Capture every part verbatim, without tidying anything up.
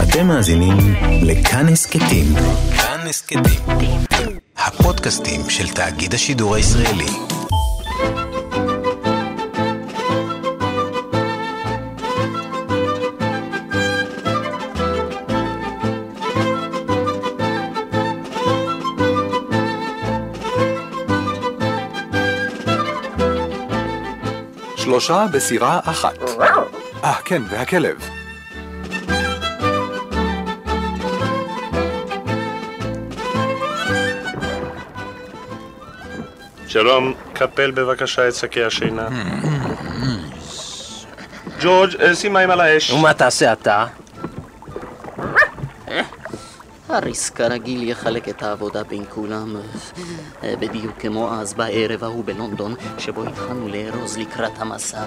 אתם מאזינים לכאן הסכתים. כאן הסכתים. הפודקאסטים של תאגיד השידור הישראלי. שלושה בסירה אחת. אה, כן, והכלב. שלום, קפל בבקשה את שקי השינה. ג'ורג', שים מים על האש. ומה תעשה אתה? הריס כרגיל יחלק את העבודה בין כולם, בדיוק כמו אז בערב ההוא בלונדון, שבו התחלנו לארוז לקראת המסע.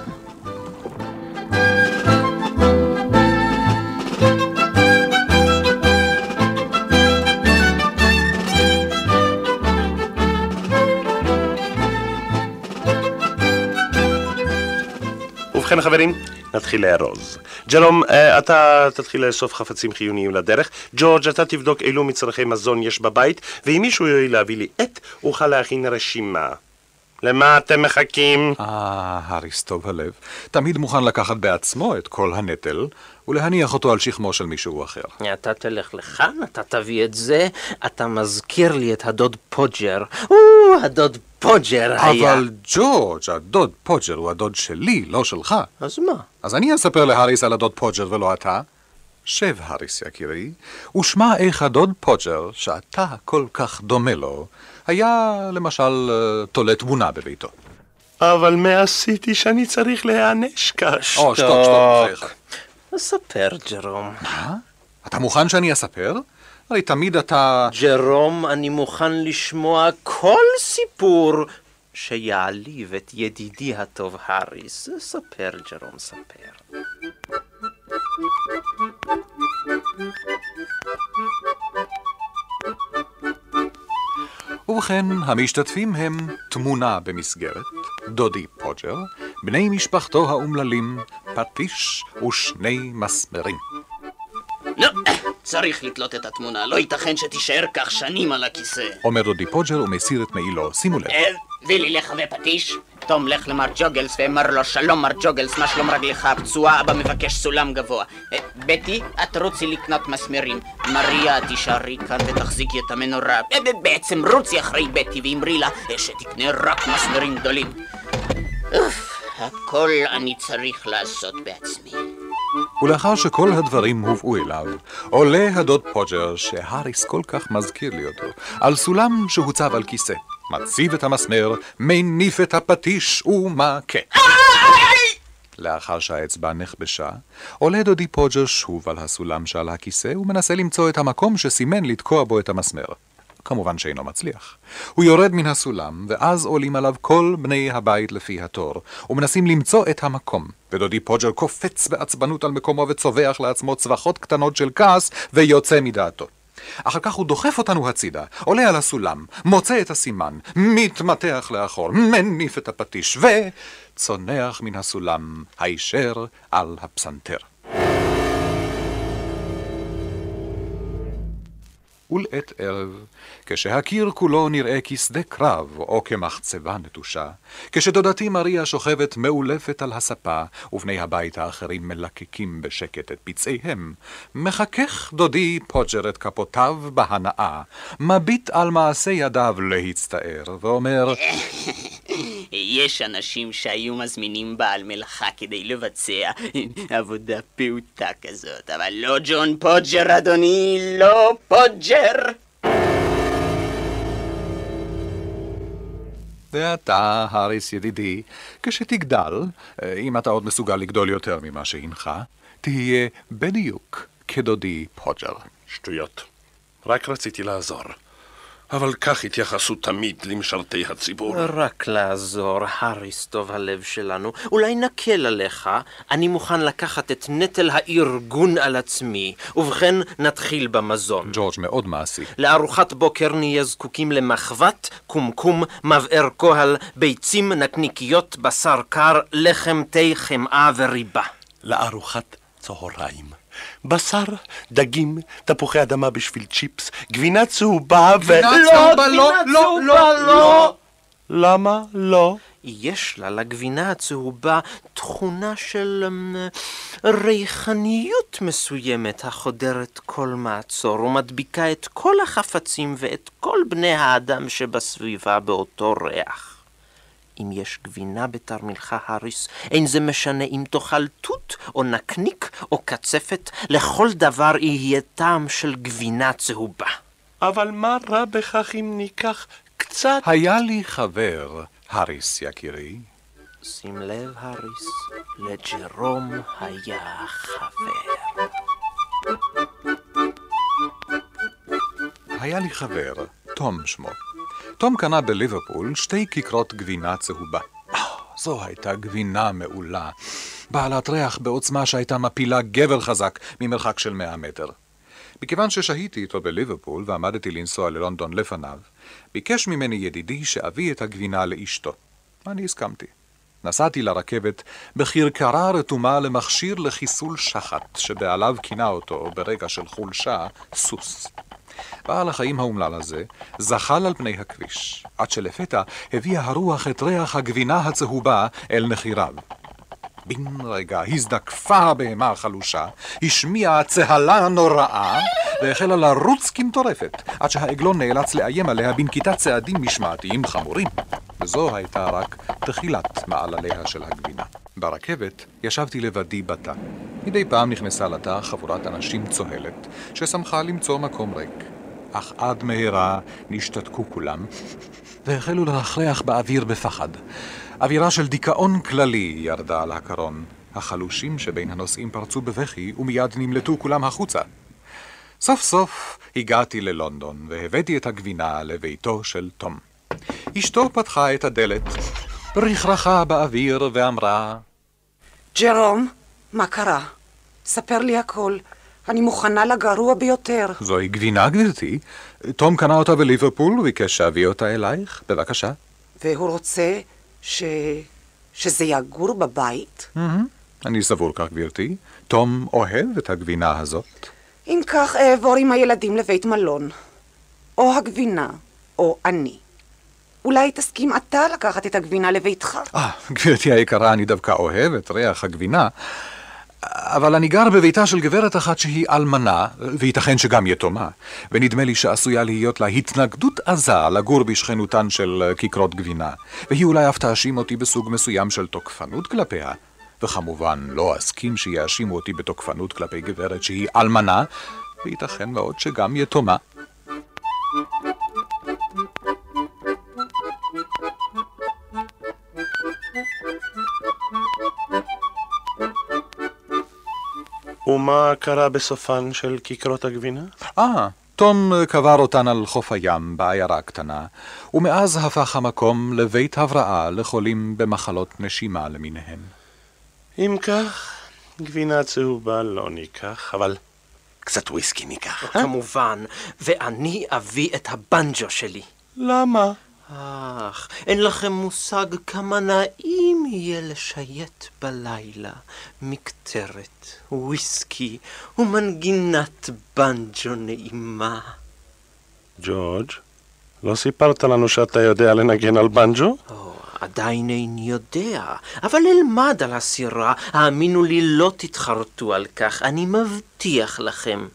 ובכן חברים, נתחיל לארוז. ג'לום, אתה תתחיל לאסוף חפצים חיוניים לדרך. ג'ורג', אתה תבדוק אילו מצרכי מזון יש בבית, ואם מישהו יואיל להביא לי את, אוכל להכין רשימה. למה אתם מחכים? אה, הריס טוב הלב. תמיד מוכן לקחת בעצמו את כל הנטל, ולהניח אותו על שכמו של מישהו אחר. אתה תלך לכאן, אתה תביא את זה, אתה מזכיר לי את הדוד פוג'ר. או, הדוד פוג'ר היה. אבל ג'ורג', הדוד פוג'ר הוא הדוד שלי, לא שלך. אז מה? אז אני אספר להריס על הדוד פוג'ר ולא אתה. שב הריס יקירי, ושמע איך הדוד פוג'ר, שאתה כל כך דומה לו, היה למשל תולה תמונה בביתו. אבל מה עשיתי שאני צריך להיענש כך? או, שתוק, שתוק, בחייך. אספר, ג'רום. מה? אתה מוכן שאני אספר? הרי תמיד אתה... ג'רום, אני מוכן לשמוע כל סיפור שיעליב את ידידי הטוב הריס. ספר, ג'רום, ספר. ובכן, המשתתפים הם תמונה במסגרת, דודי פוג'ר, בני משפחתו האומללים, פטיש ושני מסמרים. לא, צריך לתלות את התמונה, לא ייתכן שתישאר כך שנים על הכיסא. אומר דודי פוג'ר ומסיר את מעילו, שימו לב. וילי לך ופטיש, תום לך למר ג'וגלס ואמר לו שלום מר ג'וגלס, מה שלום רגלך הפצועה, אבא מבקש סולם גבוה. בטי, את רוצי לקנות מסמרים, מריה תישארי כאן ותחזיקי את המנורה. בעצם רוצי אחרי בטי ואמרי לה שתקנה רק מסמרים גדולים. אוף, הכל אני צריך לעשות בעצמי. ולאחר שכל הדברים הובאו אליו, עולה הדוד פוג'ר, שהריס כל כך מזכיר לי אותו, על סולם שהוצב על כיסא, מציב את המסמר, מניף את הפטיש ומכה. לאחר שהאצבע נכבשה, עולה דודי פוג'ר שוב על הסולם שעל הכיסא ומנסה למצוא את המקום שסימן לתקוע בו את המסמר. כמובן שאינו מצליח. הוא יורד מן הסולם, ואז עולים עליו כל בני הבית לפי התור, ומנסים למצוא את המקום. ודודי פוג'ר קופץ בעצבנות על מקומו וצובח לעצמו צווחות קטנות של כעס, ויוצא מדעתו. אחר כך הוא דוחף אותנו הצידה, עולה על הסולם, מוצא את הסימן, מתמתח לאחור, מניף את הפטיש, וצונח מן הסולם הישר על הפסנתר. ולעת ערב, כשהקיר כולו נראה כשדה קרב או כמחצבה נטושה, כשדודתי מריה שוכבת מאולפת על הספה, ובני הבית האחרים מלקקים בשקט את פצעיהם, מחכך דודי פוג'ר את כפותיו בהנאה, מביט על מעשה ידיו להצטער, ואומר, יש אנשים שהיו מזמינים בעל מלאכה כדי לבצע עבודה פעוטה כזאת, אבל לא ג'ון פוג'ר, אדוני, לא פוג'ר. ואתה, הריס ידידי, כשתגדל, אם אתה עוד מסוגל לגדול יותר ממה שהנך, תהיה בדיוק כדודי פוג'ר. שטויות. רק רציתי לעזור. אבל כך התייחסו תמיד למשרתי הציבור. רק לעזור, הריס טוב הלב שלנו. אולי נקל עליך, אני מוכן לקחת את נטל הארגון על עצמי. ובכן, נתחיל במזון. ג'ורג' מאוד מעשי. לארוחת בוקר נהיה זקוקים למחבת, קומקום, מבער כהל, ביצים, נקניקיות, בשר קר, לחם, תה, חמאה וריבה. לארוחת צהריים. בשר, דגים, תפוחי אדמה בשביל צ'יפס, גבינה צהובה ו... גבינה צהובה, לא, לא, לא, לא. למה לא? יש לה לגבינה הצהובה תכונה של um, ריחניות מסוימת החודרת כל מעצור ומדביקה את כל החפצים ואת כל בני האדם שבסביבה באותו ריח. אם יש גבינה בתרמילך הריס, אין זה משנה אם תאכל תות או נקניק או קצפת, לכל דבר יהיה טעם של גבינה צהובה. אבל מה רע בכך אם ניקח קצת? היה לי חבר, הריס יקירי. שים לב הריס, לג'רום היה חבר. היה לי חבר, תום שמו. תום קנה בליברפול שתי כיכרות גבינה צהובה. Oh, זו הייתה גבינה מעולה, בעלת ריח בעוצמה שהייתה מפילה גבר חזק ממרחק של מאה מטר. מכיוון ששהיתי איתו בליברפול ועמדתי לנסוע ללונדון לפניו, ביקש ממני ידידי שאביא את הגבינה לאשתו. אני הסכמתי. נסעתי לרכבת בכרכרה רתומה למכשיר לחיסול שחת, שבעליו כינה אותו ברגע של חולשה סוס. בעל החיים האומלל הזה זחל על פני הכביש, עד שלפתע הביאה הרוח את ריח הגבינה הצהובה אל נחיריו. בן רגע הזדקפה הבהמה החלושה, השמיעה צהלה נוראה, והחלה לרוץ כמטורפת, עד שהעגלון נאלץ לאיים עליה בנקיטת צעדים משמעתיים חמורים. וזו הייתה רק תחילת מעלליה של הגבינה. ברכבת ישבתי לבדי בתא. מדי פעם נכנסה לתא חבורת אנשים צוהלת, ששמחה למצוא מקום ריק. אך עד מהרה נשתתקו כולם, והחלו לרחרח באוויר בפחד. אווירה של דיכאון כללי ירדה על הקרון. החלושים שבין הנוסעים פרצו בבכי, ומיד נמלטו כולם החוצה. סוף סוף הגעתי ללונדון, והבאתי את הגבינה לביתו של תום. אשתו פתחה את הדלת, רכרכה באוויר ואמרה, ג'רום, מה קרה? ספר לי הכל. אני מוכנה לגרוע ביותר. זוהי גבינה, גברתי. תום קנה אותה בליברפול וביקש שאביא אותה אלייך. בבקשה. והוא רוצה ש... שזה יגור בבית? Mm-hmm. אני סבור כך, גברתי. תום אוהב את הגבינה הזאת. אם כך, אעבור עם הילדים לבית מלון. או הגבינה, או אני. אולי תסכים אתה לקחת את הגבינה לביתך? אה, גברתי היקרה, אני דווקא אוהב את ריח הגבינה, אבל אני גר בביתה של גברת אחת שהיא אלמנה, וייתכן שגם יתומה, ונדמה לי שעשויה להיות לה התנגדות עזה לגור בשכנותן של כיכרות גבינה, והיא אולי אף תאשים אותי בסוג מסוים של תוקפנות כלפיה, וכמובן לא אסכים שיאשימו אותי בתוקפנות כלפי גברת שהיא אלמנה, וייתכן מאוד שגם יתומה. ומה קרה בסופן של כיכרות הגבינה? אה, תום קבר אותן על חוף הים בעיירה קטנה, ומאז הפך המקום לבית הבראה לחולים במחלות נשימה למיניהן. אם כך, גבינה צהובה לא ניקח, אבל קצת וויסקי ניקח. כמובן, ואני אביא את הבנג'ו שלי. למה? אך, אין לכם מושג כמה נעים יהיה לשייט בלילה מקטרת, וויסקי ומנגינת בנג'ו נעימה. ג'ורג', לא סיפרת לנו שאתה יודע לנגן על בנג'ו? או, עדיין איני יודע, אבל אלמד על הסירה, האמינו לי לא תתחרטו על כך, אני מבטיח לכם.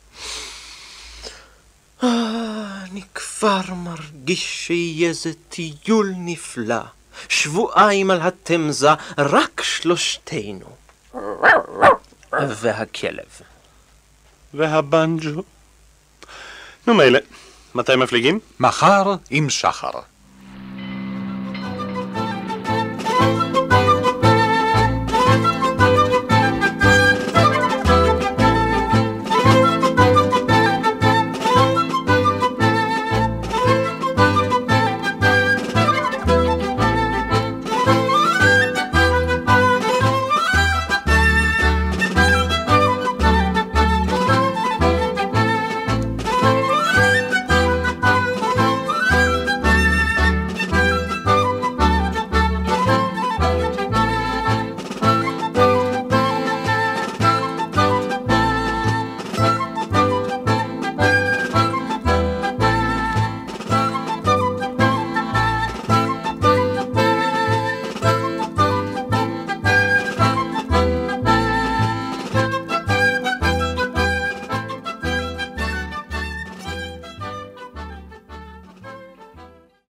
אני כבר מרגיש שיהיה זה טיול נפלא. שבועיים על התמזה, רק שלושתנו. והכלב. והבנג'ו? נו מילא, מתי מפליגים? מחר עם שחר.